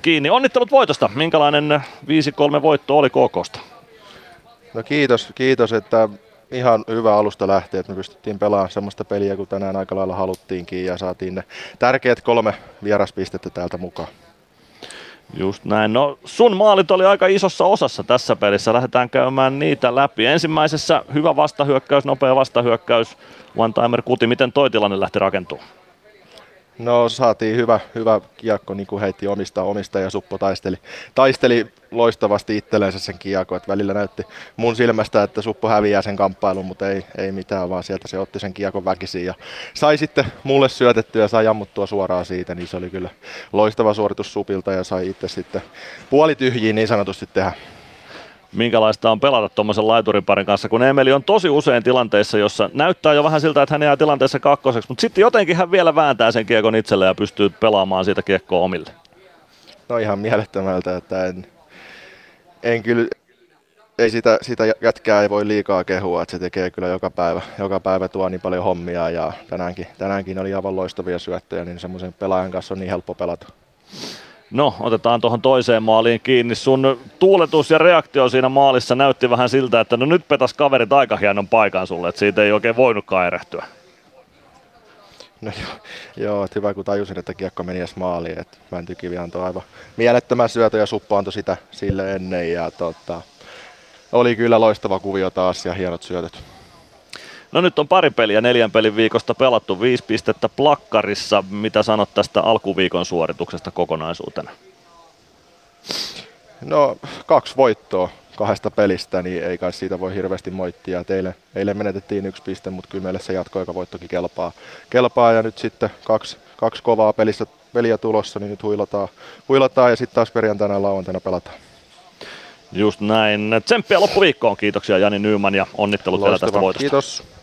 kiinni. Onnittelut voitosta. Minkälainen 5-3 voitto oli KK:sta? No kiitos, että ihan hyvä alusta lähtee, että me pystyttiin pelaamaan semmoista peliä, kun tänään aika lailla haluttiinkin ja saatiin ne tärkeät 3 vieraspistettä täältä mukaan. Just näin. No sun maalit oli aika isossa osassa tässä pelissä. Lähdetään käymään niitä läpi. Ensimmäisessä hyvä vastahyökkäys, nopea vastahyökkäys. One-timer Kuti, miten toi tilanne lähti rakentumaan? No saatiin hyvä kiekko, niin kuin heitti omista ja Suppo taisteli loistavasti itsellensä sen kiekko, että välillä näytti mun silmästä, että Suppo häviää sen kamppailun, mutta ei mitään, vaan sieltä se otti sen kiekon väkisin ja sai sitten mulle syötettyä ja sai ammuttua suoraan siitä, niin se oli kyllä loistava suoritus Supilta ja sai itse sitten puolityhjiin niin sanotusti tehdä. Minkälaista on pelata tuommoisen laituriparin kanssa, kun Emeli on tosi usein tilanteissa, jossa näyttää jo vähän siltä, että hän jää tilanteessa kakkoseksi, mutta sitten jotenkin hän vielä vääntää sen kiekon itselle ja pystyy pelaamaan siitä kiekkoa omille. No ihan mielettömältä, että ei sitä jätkää ei voi liikaa kehua, että se tekee kyllä joka päivä tuo niin paljon hommia ja tänäänkin oli aivan loistavia syöttöjä, niin semmoisen pelaajan kanssa on niin helppo pelata. No, otetaan tuohon toiseen maaliin kiinni. Sun tuuletus ja reaktio siinä maalissa näytti vähän siltä, että no nyt petas kaverit aika hienon paikan sulle, että siitä ei oikein voinutkaan erehtyä. No joo, että hyvä kun tajusin, että kiekko meni edes maaliin, että Mäntykivi antoi aivan mielettömän syötön ja Suppo antoi sitä sille ennen ja oli kyllä loistava kuvio taas ja hienot syötöt. No nyt on pari peliä 4 pelin viikosta pelattu, 5 pistettä plakkarissa. Mitä sanot tästä alkuviikon suorituksesta kokonaisuutena? No 2 voittoa 2 pelistä, niin ei kai siitä voi hirveästi moittia. Eilen menetettiin 1 piste, mutta kyllä meille se jatkoaikavoittokin kelpaa ja nyt sitten kaksi kovaa peliä tulossa, niin nyt huilataan ja sitten taas perjantaina ja lauantaina pelataan. Just näin. Tsemppiä loppuviikkoon. Kiitoksia Jani Nyman ja onnittelut vielä tästä voitosta. Kiitos.